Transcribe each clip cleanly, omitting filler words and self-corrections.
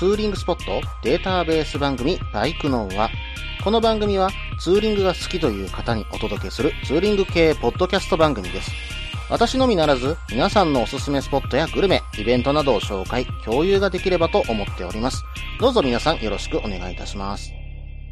ツーリングスポットデータベース番組バイクノーは、この番組はツーリングが好きという方にお届けするツーリング系ポッドキャスト番組です。私のみならず皆さんのおすすめスポットやグルメ、イベントなどを紹介、共有ができればと思っております。どうぞ皆さんよろしくお願いいたします。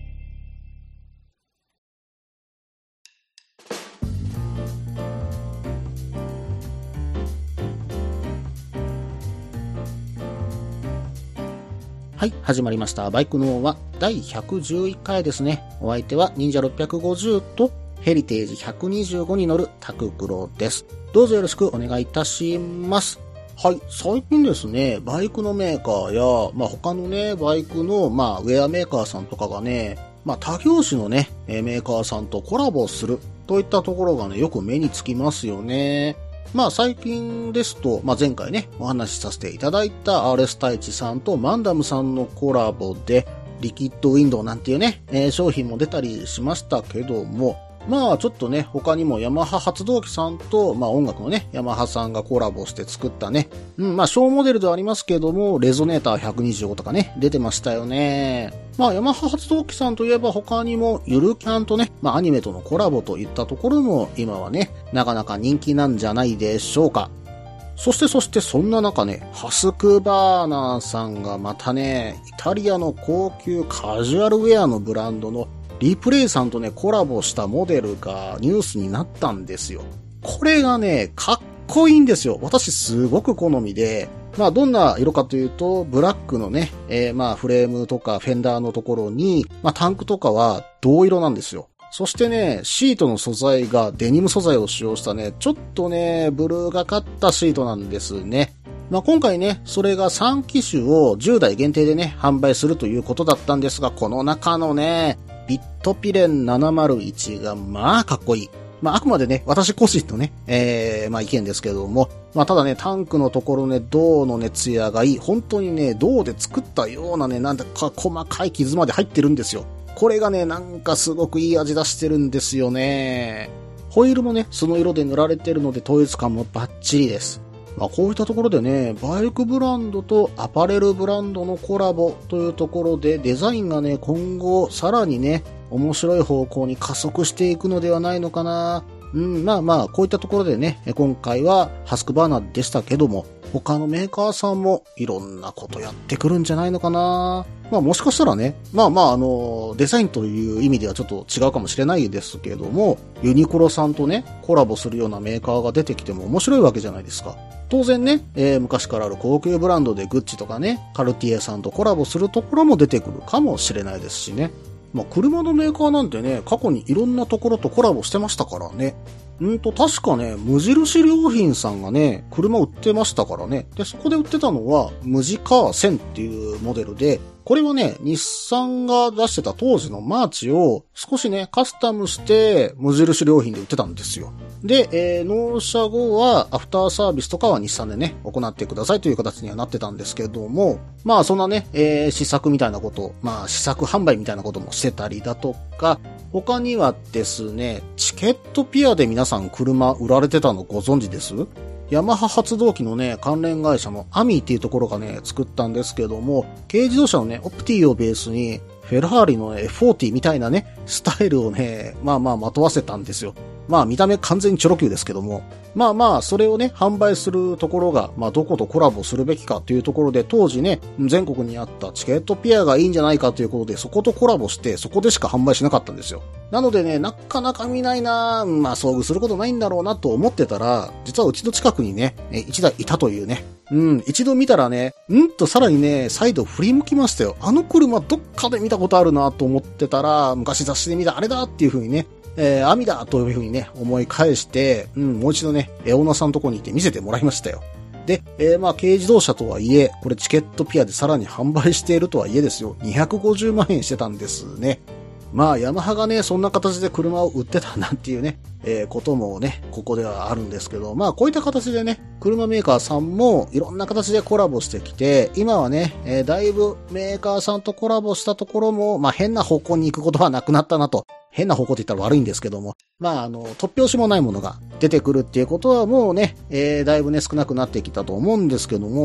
はい、始まりました。バイクノーは第111回ですね。お相手は忍者650とヘリテージ125に乗るタククロです。どうぞよろしくお願いいたします。はい、最近ですね、バイクのメーカーや、他のね、バイクのウェアメーカーさんとかがね、他業種のね、メーカーさんとコラボするといったところがね、よく目につきますよね。最近ですと、前回ね、お話しさせていただいた RS 太一さんとマンダムさんのコラボで、リキッドウィンドウなんていうね、商品も出たりしましたけども、ちょっとね、他にもヤマハ発動機さんと、音楽のね、ヤマハさんがコラボして作ったね、小モデルではありますけども、レゾネーター125とかね、出てましたよね。ヤマハ発動機さんといえば他にも、ゆるキャンとね、アニメとのコラボといったところも、今はね、なかなか人気なんじゃないでしょうか。そしてそんな中ね、ハスクバーナーさんがまたね、イタリアの高級カジュアルウェアのブランドのリプレイさんとね、コラボしたモデルがニュースになったんですよ。これがね、かっこいいんですよ。私すごく好みで、どんな色かというと、ブラックのね、フレームとかフェンダーのところに、タンクとかは銅色なんですよ。そしてね、シートの素材がデニム素材を使用したね、ちょっとね、ブルーがかったシートなんですね。今回ね、それが3機種を10台限定でね、販売するということだったんですが、この中のね、ビットピレン701がかっこいい。あくまでね、私個人のね、意見ですけども、ただね、タンクのところね、銅のね、ツヤがいい。本当にね、銅で作ったようなね、なんだか細かい傷まで入ってるんですよ。これがね、なんかすごくいい味出してるんですよね。ホイールもね、その色で塗られてるので統一感もバッチリです。こういったところでね、バイクブランドとアパレルブランドのコラボというところでデザインがね、今後さらにね、面白い方向に加速していくのではないのかな。こういったところでね、今回はハスクバーナーでしたけども、他のメーカーさんもいろんなことやってくるんじゃないのかな。もしかしたらね、デザインという意味ではちょっと違うかもしれないですけども、ユニクロさんとね、コラボするようなメーカーが出てきても面白いわけじゃないですか。当然ね、昔からある高級ブランドでグッチとかね、カルティエさんとコラボするところも出てくるかもしれないですしね。車のメーカーなんてね、過去にいろんなところとコラボしてましたからね。確かね、無印良品さんがね、車売ってましたからね。で、そこで売ってたのは、無地カー1000っていうモデルで、これはね、日産が出してた当時のマーチを少しね、カスタムして無印良品で売ってたんですよ。で、納車後はアフターサービスとかは日産でね、行ってくださいという形にはなってたんですけども、そんなね、試作みたいなこと、試作販売みたいなこともしてたりだとか、他にはですね、チケットピアで皆さん車売られてたのご存知です？ヤマハ発動機のね、関連会社のアミーっていうところがね、作ったんですけども、軽自動車のね、オプティをベースに、フェラーリの F40 みたいなね、スタイルをね、まとわせたんですよ。見た目完全にチョロ Q ですけども、それをね、販売するところが、どことコラボするべきかというところで、当時ね、全国にあったチケットピアがいいんじゃないかということで、そことコラボして、そこでしか販売しなかったんですよ。なのでね、なかなか見ないな遭遇することないんだろうなと思ってたら、実はうちの近くにね、一台いたというね。一度見たらね、とさらにね、再度振り向きましたよ。あの車どっかで見たことあるなと思ってたら、昔雑誌で見たあれだっていう風にね、アミだという風にね、思い返して、もう一度ね、オーナーさんのところに行って見せてもらいましたよ。で、軽自動車とはいえ、これチケットピアでさらに販売しているとはいえですよ、250万円してたんですね。ヤマハがね、そんな形で車を売ってたなんていうね、こともね、ここではあるんですけど、こういった形でね、車メーカーさんもいろんな形でコラボしてきて、今はね、だいぶメーカーさんとコラボしたところも、変な方向に行くことはなくなったなと。変な方向って言ったら悪いんですけども、突拍子もないものが出てくるっていうことはもうね、だいぶね、少なくなってきたと思うんですけども、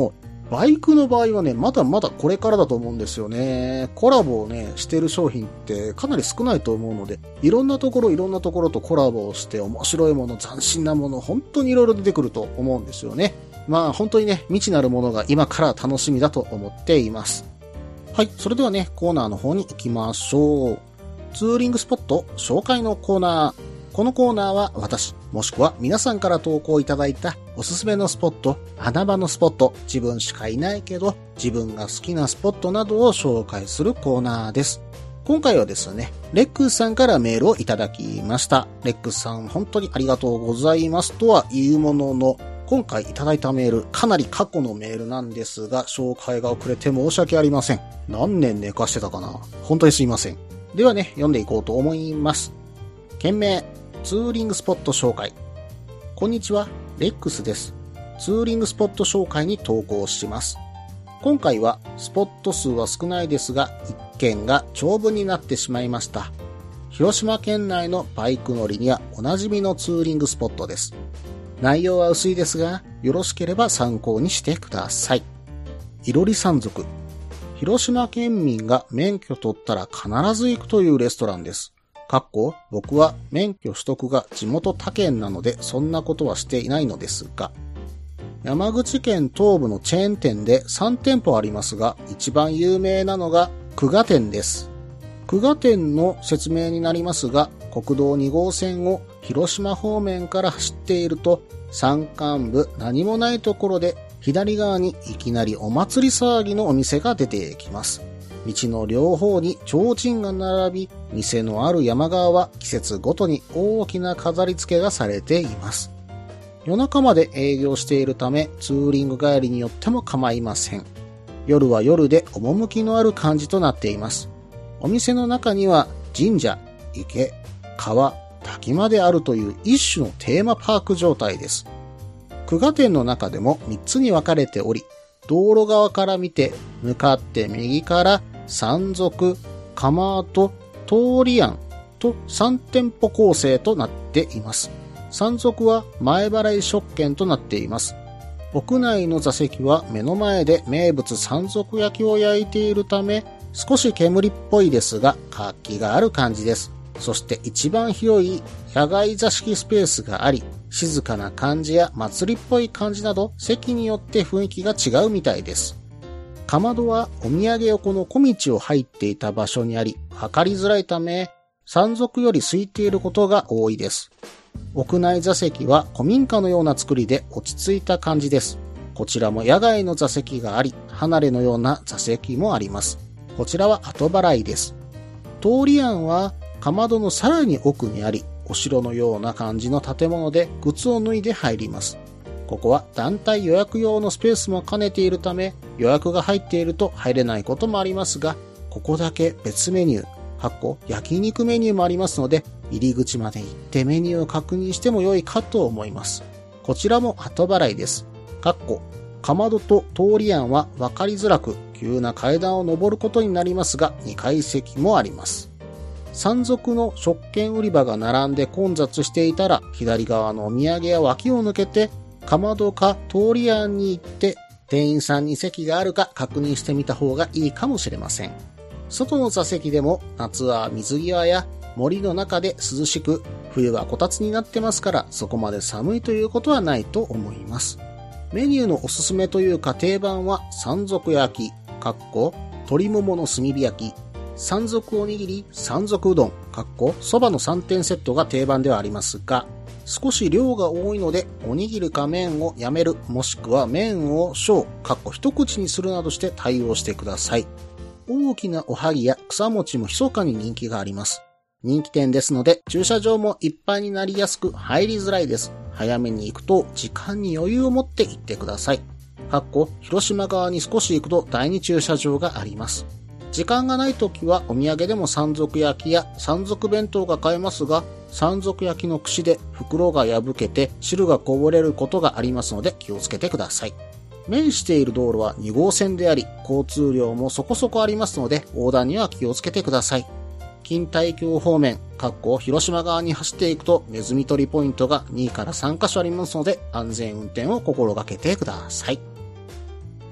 バイクの場合はね、まだまだこれからだと思うんですよね。コラボをね、してる商品ってかなり少ないと思うので、いろんなところとコラボをして面白いもの、斬新なもの、本当にいろいろ出てくると思うんですよね。まあ本当にね、未知なるものが今から楽しみだと思っています。はい、それではね、コーナーの方に行きましょう。ツーリングスポット紹介のコーナー。このコーナーは私、もしくは皆さんから投稿いただいたおすすめのスポット、穴場のスポット、自分しかいないけど自分が好きなスポットなどを紹介するコーナーです。今回はですね、レックスさんからメールをいただきました。レックスさん本当にありがとうございますとは言うものの、今回いただいたメール、かなり過去のメールなんですが、紹介が遅れて申し訳ありません。何年寝かしてたかな。本当にすいません。ではね、読んでいこうと思います。件名、ツーリングスポット紹介。こんにちは、レックスです。ツーリングスポット紹介に投稿します。今回はスポット数は少ないですが、1件が長文になってしまいました。広島県内のバイク乗りにはおなじみのツーリングスポットです。内容は薄いですが、よろしければ参考にしてください。いろり山賊。広島県民が免許取ったら必ず行くというレストランです。僕は免許取得が地元他県なのでそんなことはしていないのですが、山口県東部のチェーン店で3店舗ありますが、一番有名なのが久我店です。久我店の説明になりますが、国道2号線を広島方面から走っていると、山間部何もないところで左側にいきなりお祭り騒ぎのお店が出てきます。道の両方に提灯が並び、店のある山側は季節ごとに大きな飾り付けがされています。夜中まで営業しているため、ツーリング帰りによっても構いません。夜は夜で趣のある感じとなっています。お店の中には神社、池、川、滝まであるという一種のテーマパーク状態です。久我店の中でも3つに分かれており、道路側から見て向かって右から山賊、釜跡、通り庵と3店舗構成となっています。山賊は前払い食券となっています。屋内の座席は目の前で名物山賊焼きを焼いているため、少し煙っぽいですが活気がある感じです。そして一番広い野外座敷スペースがあり、静かな感じや祭りっぽい感じなど席によって雰囲気が違うみたいです。かまどはお土産横の小道を入っていた場所にあり、測りづらいため、山賊より空いていることが多いです。屋内座席は古民家のような作りで落ち着いた感じです。こちらも野外の座席があり、離れのような座席もあります。こちらは後払いです。通り庵はかまどのさらに奥にあり、お城のような感じの建物で靴を脱いで入ります。ここは団体予約用のスペースも兼ねているため、予約が入っていると入れないこともありますが、ここだけ別メニュー、焼肉メニューもありますので、入り口まで行ってメニューを確認しても良いかと思います。こちらも後払いです。かまどと通り庵は分かりづらく、急な階段を登ることになりますが、2階席もあります。山賊の食券売り場が並んで混雑していたら、左側のお土産や脇を抜けて、かまどか通り庵に行って、店員さんに席があるか確認してみた方がいいかもしれません。外の座席でも夏は水際や森の中で涼しく、冬はこたつになってますからそこまで寒いということはないと思います。メニューのおすすめというか定番は山賊焼き、鶏ももの炭火焼き、山賊おにぎり、山賊うどん、そばの3点セットが定番ではありますが、少し量が多いのでおにぎりか麺をやめる、もしくは麺を小、一口にするなどして対応してください。大きなおはぎや草餅も密かに人気があります。人気店ですので駐車場もいっぱいになりやすく入りづらいです。早めに行くと時間に余裕を持って行ってください。広島側に少し行くと第2駐車場があります。時間がないときはお土産でも山賊焼きや山賊弁当が買えますが、山賊焼きの串で袋が破けて汁がこぼれることがありますので気をつけてください。面している道路は2号線であり、交通量もそこそこありますので横断には気をつけてください。錦帯橋方面、広島側に走っていくとネズミ捕りポイントが2から3カ所ありますので安全運転を心がけてください。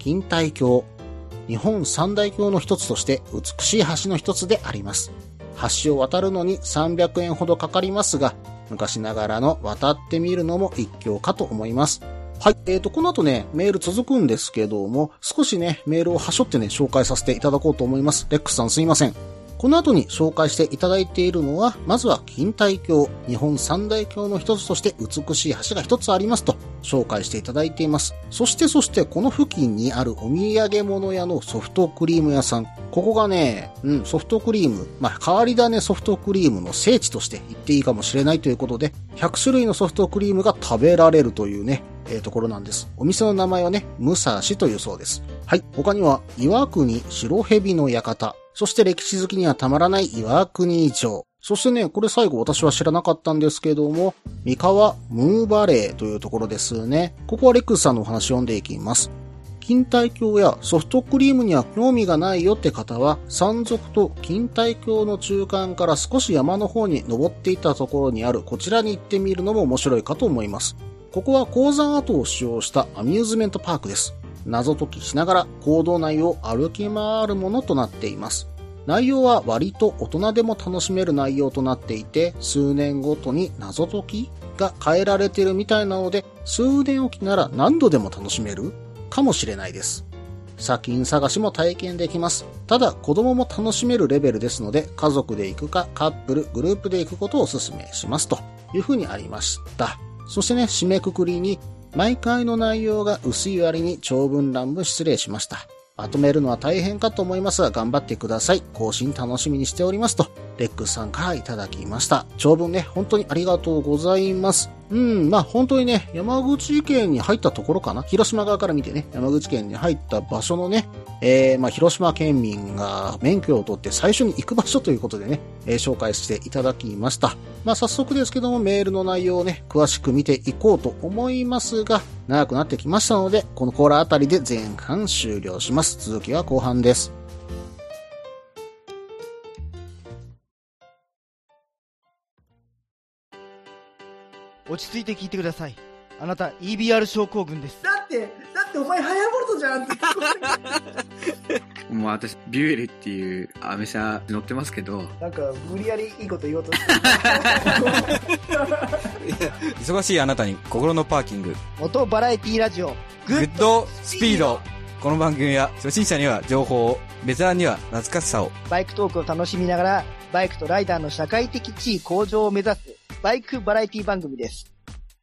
錦帯橋。日本三大橋の一つとして美しい橋の一つであります。橋を渡るのに300円ほどかかりますが、昔ながらの渡ってみるのも一興かと思います。はい。この後ね、メール続くんですけども、少しね、メールをはしょってね、紹介させていただこうと思います。レックスさんすいません。この後に紹介していただいているのは、まずは錦帯橋、日本三大橋の一つとして美しい橋が一つありますと紹介していただいています。そしてこの付近にあるお土産物屋のソフトクリーム屋さん。ここがね、ソフトクリーム、変わり種ソフトクリームの聖地として言っていいかもしれないということで、100種類のソフトクリームが食べられるというね、ところなんです。お店の名前はね、武蔵というそうです。はい。他には、岩国白蛇の館。そして歴史好きにはたまらない岩国城。そしてね、これ最後私は知らなかったんですけども、三河ムーバレーというところですね。ここはレックスさんのお話を読んでいきます。錦帯橋やソフトクリームには興味がないよって方は、山賊と錦帯橋の中間から少し山の方に登っていったところにあるこちらに行ってみるのも面白いかと思います。ここは鉱山跡を使用したアミューズメントパークです。謎解きしながら坑道内を歩き回るものとなっています。内容は割と大人でも楽しめる内容となっていて、数年ごとに謎解きが変えられているみたいなので、数年おきなら何度でも楽しめるかもしれないです。砂金探しも体験できます。ただ子供も楽しめるレベルですので、家族で行くかカップル、グループで行くことをお勧めしますというふうにありました。そしてね、締めくくりに、毎回の内容が薄い割に長文乱文失礼しました。まとめるのは大変かと思いますが頑張ってください。更新楽しみにしておりますと、レックスさんからいただきました。長文ね、本当にありがとうございます。本当にね、山口県に入ったところかな。広島側から見てね、山口県に入った場所のね、広島県民が免許を取って最初に行く場所ということでね、紹介していただきました。早速ですけどもメールの内容をね、詳しく見ていこうと思いますが、長くなってきましたので、このコーラあたりで前半終了します。続きは後半です。 落ち着いて聞いてください。あなた EBR 症候群です。 だってお前ハヤボルトじゃんってもう私ビュエルっていうアメ車乗ってますけど、 なんか無理やりいいこと言おうとして忙しいあなたに心のパーキング、 元バラエティラジオグッドスピード。この番組は初心者には情報を、ベテランには懐かしさを、 バイクトークを楽しみながらバイクとライダーの社会的地位向上を目指すバイクバラエティ番組です。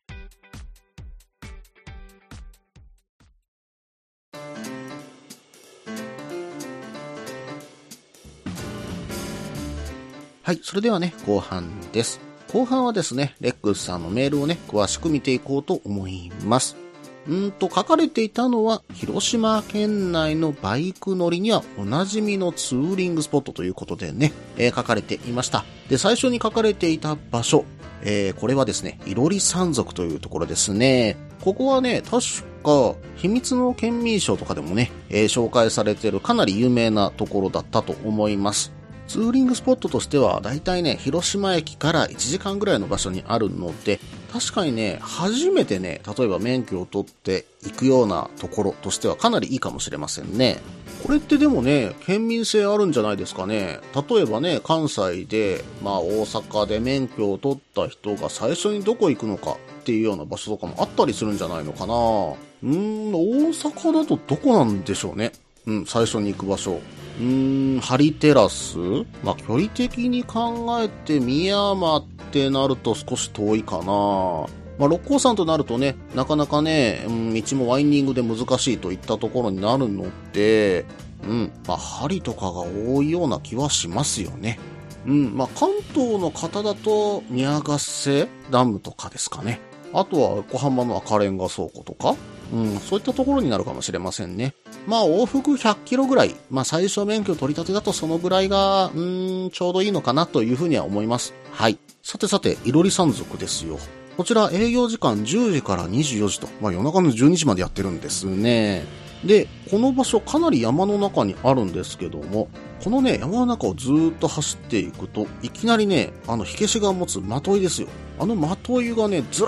はい、それではね、後半です。後半はですね、レックスさんのメールをね、詳しく見ていこうと思います。書かれていたのは、広島県内のバイク乗りにはおなじみのツーリングスポットということでね、書かれていました。で、最初に書かれていた場所、これはですね、いろり山賊というところですね。ここはね、確か、秘密の県民賞とかでもね、紹介されているかなり有名なところだったと思います。ツーリングスポットとしては、だいたいね、広島駅から1時間ぐらいの場所にあるので、確かにね、初めてね、例えば免許を取って行くようなところとしてはかなりいいかもしれませんね。これってでもね、県民性あるんじゃないですかね。例えばね、関西で、大阪で免許を取った人が最初にどこ行くのかっていうような場所とかもあったりするんじゃないのかな。大阪だとどこなんでしょうね。最初に行く場所。ハリテラス？距離的に考えて宮山ってなると少し遠いかな。六甲山となるとね、なかなかね、道もワインディングで難しいといったところになるので、針とかが多いような気はしますよね。関東の方だと宮ヶ瀬ダムとかですかね。あとは横浜の赤レンガ倉庫とか、そういったところになるかもしれませんね。往復100キロぐらい、最初免許取り立てだとそのぐらいが、ちょうどいいのかなというふうには思います。はい。さて、いろり山賊ですよ。こちら営業時間10時から24時と、夜中の12時までやってるんですね。で、この場所かなり山の中にあるんですけども、このね、山の中をずーっと走っていくと、いきなりね、火消しが持つまといですよ。まといがね、ずらー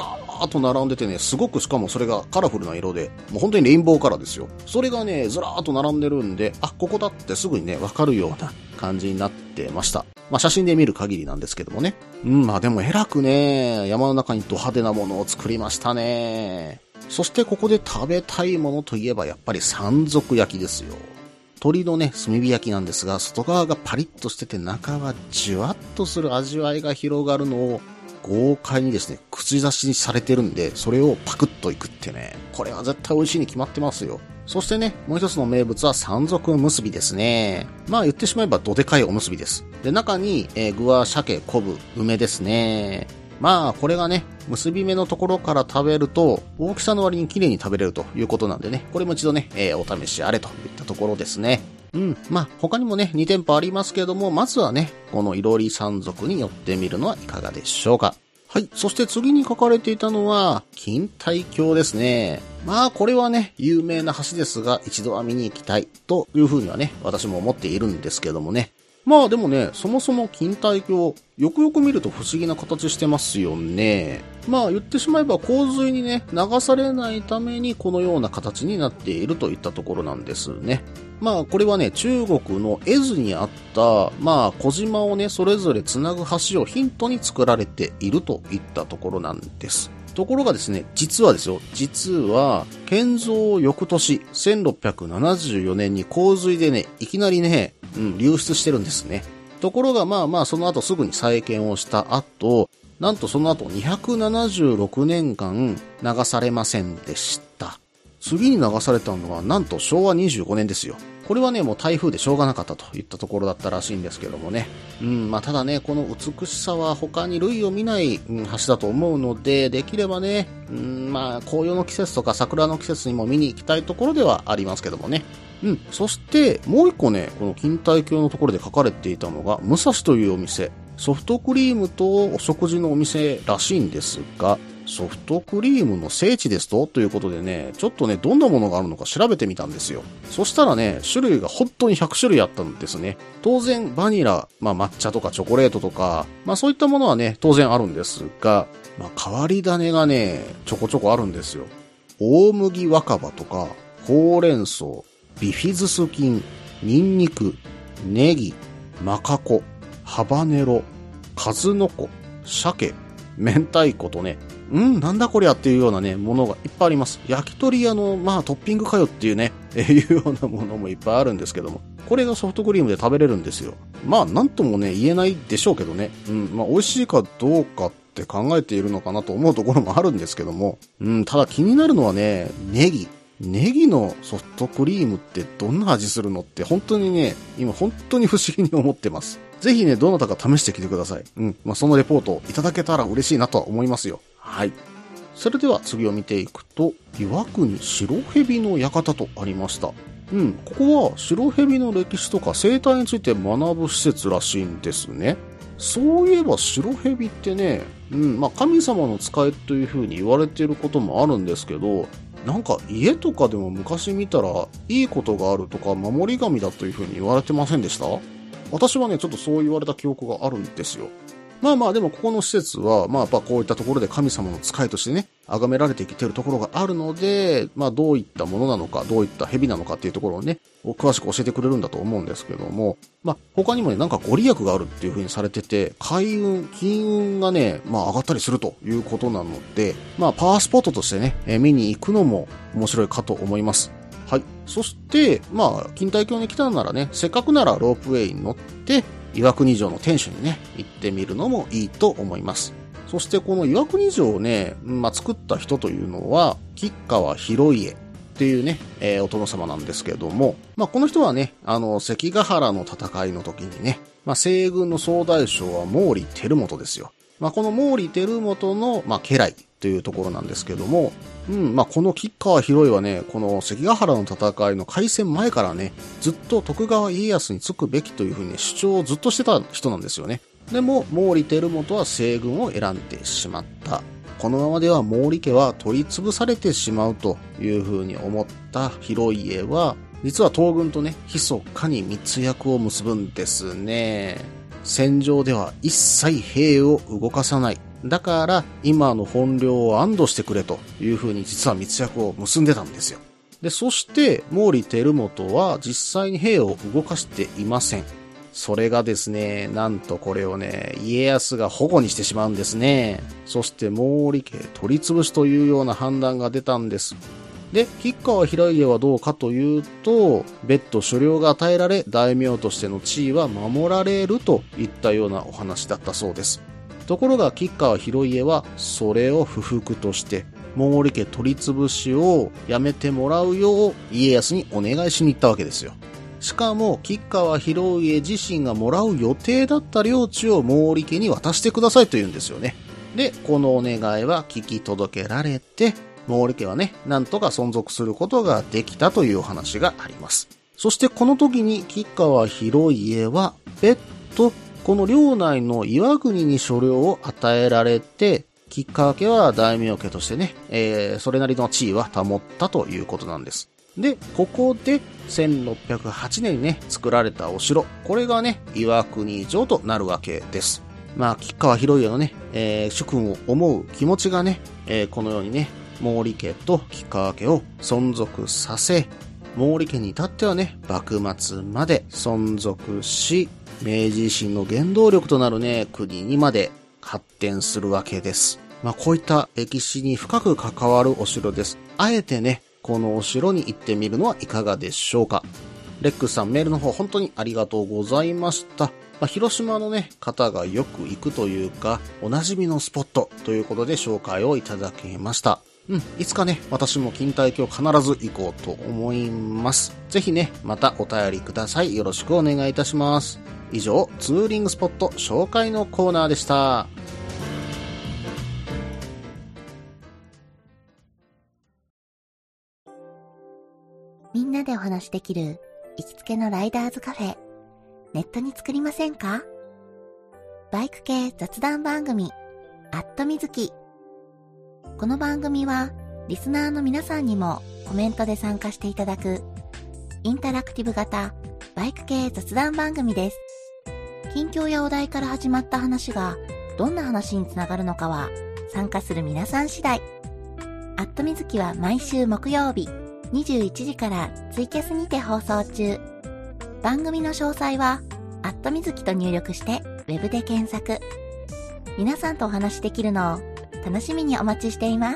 ーっと並んでてね、すごくしかもそれがカラフルな色で、もう本当にレインボーカラーですよ。それがね、ずらーっと並んでるんで、あ、ここだってすぐにね、わかるような感じになってました。まあ写真で見る限りなんですけどもね。まあでも偉くね、山の中にド派手なものを作りましたね。そしてここで食べたいものといえばやっぱり山賊焼きですよ。鶏のね、炭火焼きなんですが、外側がパリッとしてて中はじゅわっとする味わいが広がるのを豪快にですね、口出しにされてるんで、それをパクッといくってね、これは絶対美味しいに決まってますよ。そしてね、もう一つの名物は山賊結びですね。まあ言ってしまえばどでかいおむすびです。で、中に、具は鮭、昆布、梅ですね。まあこれがね、結び目のところから食べると大きさの割に綺麗に食べれるということなんでね、これも一度ね、お試しあれといったところですね。まあ他にもね、2店舗ありますけども、まずはね、このいろり山賊に寄ってみるのはいかがでしょうか。はい。そして次に書かれていたのは、錦帯橋ですね。まあ、これはね、有名な橋ですが、一度は見に行きたいというふうにはね、私も思っているんですけどもね。まあでもね、そもそも錦帯橋、よくよく見ると不思議な形してますよね。まあ言ってしまえば洪水にね、流されないためにこのような形になっているといったところなんですね。まあこれはね、中国の絵図にあった、まあ小島をね、それぞれつなぐ橋をヒントに作られているといったところなんです。ところがですね、実は、建造翌年、1674年に洪水でね、いきなりね、流出してるんですね。ところがまあその後すぐに再建をした後、なんとその後276年間流されませんでした。次に流されたのはなんと昭和25年ですよ。これはね、もう台風でしょうがなかったといったところだったらしいんですけどもね。まあただね、この美しさは他に類を見ない、橋だと思うので、できればね、まあ紅葉の季節とか桜の季節にも見に行きたいところではありますけどもね。そしてもう一個ね、この錦帯橋のところで書かれていたのが、武蔵というお店、ソフトクリームとお食事のお店らしいんですが、ソフトクリームの聖地ですということでね、ちょっとね、どんなものがあるのか調べてみたんですよ。そしたらね、種類が本当に100種類あったんですね。当然、バニラ、抹茶とかチョコレートとか、そういったものはね、当然あるんですが、変わり種がね、ちょこちょこあるんですよ。大麦若葉とか、ほうれん草、ビフィズス菌、ニンニク、ネギ、マカコ、ハバネロ、数の子、鮭、明太子とね、なんだこりゃっていうようなね、ものがいっぱいあります。焼き鳥屋の、トッピングかよっていうね、いうようなものもいっぱいあるんですけども、これがソフトクリームで食べれるんですよ。なんともね、言えないでしょうけどね。美味しいかどうかって考えているのかなと思うところもあるんですけども、ただ気になるのはね、ネギのソフトクリームってどんな味するのって本当にね、今本当に不思議に思ってます。ぜひね、どなたか試してきてください。そのレポートをいただけたら嬉しいなとは思いますよ。はい。それでは次を見ていくと、岩国白蛇の館とありました。ここは白蛇の歴史とか生態について学ぶ施設らしいんですね。そういえば白蛇ってね、神様の使いという風に言われていることもあるんですけど、なんか家とかでも昔見たらいいことがあるとか守り神だという風に言われてませんでした？私はね、ちょっとそう言われた記憶があるんですよ。でもここの施設は、やっぱこういったところで神様の使いとしてね、崇められてきているところがあるので、どういったものなのか、どういった蛇なのかっていうところをね、詳しく教えてくれるんだと思うんですけども、他にもね、なんかご利益があるっていう風にされてて、開運、金運がね、上がったりするということなので、パワースポットとしてね、見に行くのも面白いかと思います。はい。そして、錦帯橋に来たならね、せっかくならロープウェイに乗って、岩国城の天守にね、行ってみるのもいいと思います。そしてこの岩国城をね、作った人というのは、吉川広家っていうね、お殿様なんですけども、この人はね、関ヶ原の戦いの時にね、西軍の総大将は毛利輝元ですよ。この毛利輝元の、家来というところなんですけども、この吉川広家はね、この関ヶ原の戦いの開戦前からね、ずっと徳川家康につくべきというふうに主張をずっとしてた人なんですよね。でも、毛利輝元は西軍を選んでしまった。このままでは毛利家は取り潰されてしまうというふうに思った広家は、実は東軍とね、密かに密約を結ぶんですね。戦場では一切兵を動かさない。 だから今の本領を安堵してくれというふうに実は密約を結んでたんですよ。で、そして毛利輝元は実際に兵を動かしていません。それがですね、なんとこれをね、家康が保護にしてしまうんですね。そして毛利家取り潰しというような判断が出たんです。で、吉川広家はどうかというと、別途所領が与えられ、大名としての地位は守られるといったようなお話だったそうです。ところが吉川広家はそれを不服として、毛利家取り潰しをやめてもらうよう家康にお願いしに行ったわけですよ。しかも吉川広家自身がもらう予定だった領地を毛利家に渡してくださいと言うんですよね。で、このお願いは聞き届けられて、毛利家はね、なんとか存続することができたというお話があります。そしてこの時に吉川広家は別途この領内の岩国に所領を与えられて、吉川家は大名家としてね、それなりの地位は保ったということなんです。で、ここで1608年にね、作られたお城、これがね、岩国城となるわけです。まあ、吉川広家のね、主君を思う気持ちがね、このようにね、毛利家と吉川家を存続させ、毛利家に至ってはね、幕末まで存続し、明治維新の原動力となるね、国にまで発展するわけです。まあ、こういった歴史に深く関わるお城です。あえてね、このお城に行ってみるのはいかがでしょうか。レックスさん、メールの方本当にありがとうございました。広島のね、方がよく行くというか、おなじみのスポットということで紹介をいただきました。いつかね、私も錦帯橋必ず行こうと思います。ぜひね、またお便りください。よろしくお願いいたします。以上、ツーリングスポット紹介のコーナーでした。 みんなでお話しできる行きつけのライダーズカフェ、ネットに作りませんか？バイク系雑談番組、みずき。この番組はリスナーの皆さんにもコメントで参加していただくインタラクティブ型バイク系雑談番組です。近況やお題から始まった話がどんな話につながるのかは参加する皆さん次第。みずきは毎週木曜日21時からツイキャスにて放送中。番組の詳細はみずきと入力してウェブで検索。皆さんとお話しできるのを楽しみにお待ちしています。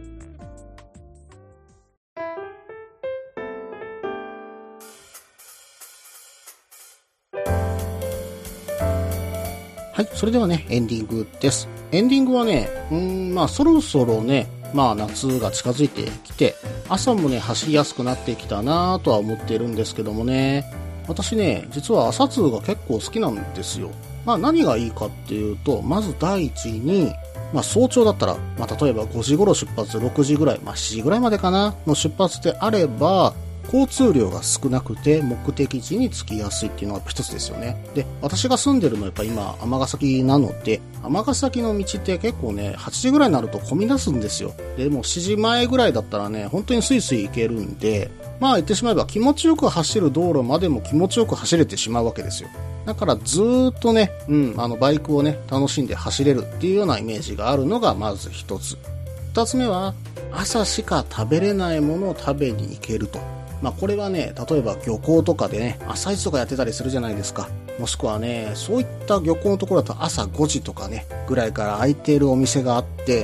はい、それではね、エンディングです。エンディングはね、そろそろね、夏が近づいてきて、朝もね、走りやすくなってきたなぁとは思っているんですけどもね、私ね、実は朝通が結構好きなんですよ。何がいいかっていうと、まず第一に、早朝だったら、例えば5時頃出発、6時ぐらい、7時ぐらいまでかなの出発であれば、交通量が少なくて目的地に着きやすいっていうのが一つですよね。で、私が住んでるのはやっぱ今、尼崎なので、尼崎の道って結構ね、8時ぐらいになると混み出すんですよ。で、もう7時前ぐらいだったらね、本当にスイスイ行けるんで、言ってしまえば気持ちよく走る道路までも気持ちよく走れてしまうわけですよ。だからずーっとね、バイクをね、楽しんで走れるっていうようなイメージがあるのがまず一つ。二つ目は、朝しか食べれないものを食べに行けると。これはね、例えば漁港とかでね、朝市とかやってたりするじゃないですか。もしくはね、そういった漁港のところだと朝5時とかね、ぐらいから開いているお店があって、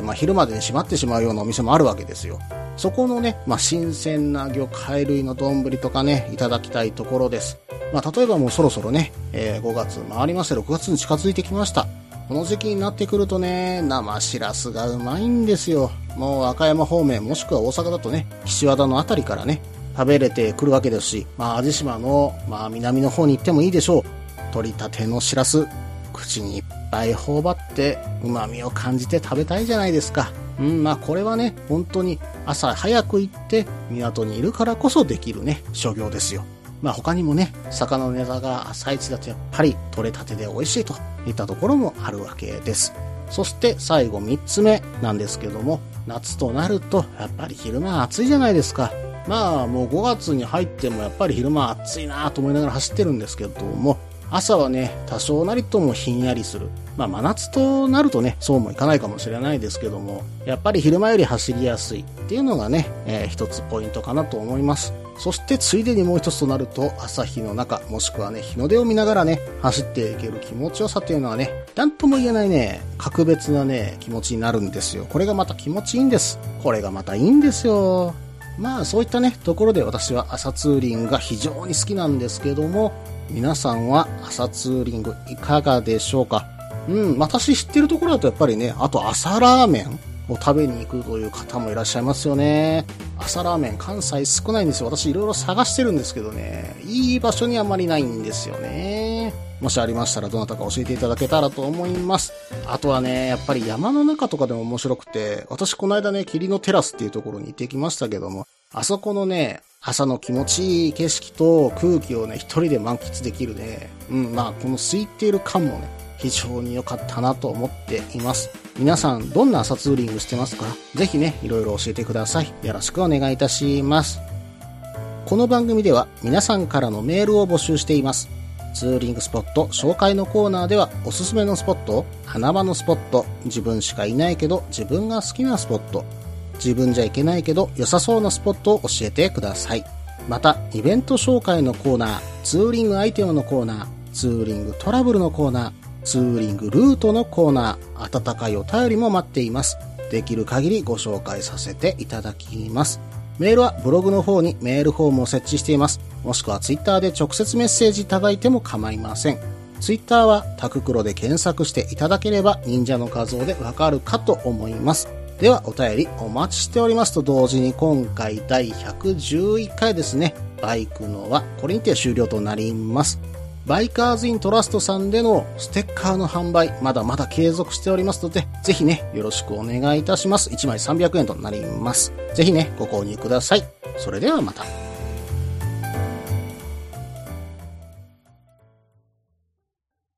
昼までに閉まってしまうようなお店もあるわけですよ。そこのね、新鮮な魚介類の丼とかね、いただきたいところです。例えばもうそろそろね、5月回りまして6月に近づいてきました。この時期になってくるとね、生しらすがうまいんですよ。もう和歌山方面もしくは大阪だとね、岸和田のあたりからね、食べれてくるわけですし、淡路島の、南の方に行ってもいいでしょう。取りたてのしらす、口にいっぱい頬張って旨味を感じて食べたいじゃないですか。これはね、本当に朝早く行って港にいるからこそできるね、所業ですよ。他にもね、魚のネタが朝一だとやっぱり取れたてで美味しいといったところもあるわけです。そして最後3つ目なんですけども、夏となるとやっぱり昼間暑いじゃないですか。もう5月に入ってもやっぱり昼間暑いなと思いながら走ってるんですけども、 朝はね、多少なりともひんやりする。真夏となるとね、そうもいかないかもしれないですけども、やっぱり昼間より走りやすいっていうのがね、一つポイントかなと思います。そしてついでにもう一つとなると、朝日の中、もしくはね、日の出を見ながらね、走っていける気持ちよさというのはね、なんとも言えないね、格別なね、気持ちになるんですよ。これがまた気持ちいいんです。これがまたいいんですよ。そういったね、ところで私は朝ツーリングが非常に好きなんですけども、皆さんは朝ツーリングいかがでしょうか？私知ってるところだとやっぱりね、あと朝ラーメンを食べに行くという方もいらっしゃいますよね。朝ラーメン関西少ないんですよ。私いろいろ探してるんですけどね、いい場所にあまりないんですよね。もしありましたらどなたか教えていただけたらと思います。あとはね、やっぱり山の中とかでも面白くて、私この間ね、霧のテラスっていうところに行ってきましたけども、あそこのね、朝の気持ちいい景色と空気をね、一人で満喫できるね。この空いている感もね、非常に良かったなと思っています。皆さん、どんな朝ツーリングしてますか？ぜひね、いろいろ教えてください。よろしくお願いいたします。この番組では皆さんからのメールを募集しています。ツーリングスポット紹介のコーナーでは、おすすめのスポット、穴場のスポット、自分しかいないけど自分が好きなスポット、自分じゃいけないけど良さそうなスポットを教えてください。また、イベント紹介のコーナー、ツーリングアイテムのコーナー、ツーリングトラブルのコーナー、ツーリングルートのコーナー、温かいお便りも待っています。できる限りご紹介させていただきます。メールはブログの方にメールフォームを設置しています。もしくはツイッターで直接メッセージいただいても構いません。ツイッターはタククロで検索していただければ忍者の画像でわかるかと思います。ではお便りお待ちしておりますと同時に、今回第111回ですね、バイクのはこれにて終了となります。バイカーズイントラストさんでのステッカーの販売、まだまだ継続しておりますので、ぜひね、よろしくお願いいたします。1枚300円となります。ぜひね、ご購入ください。それではまた。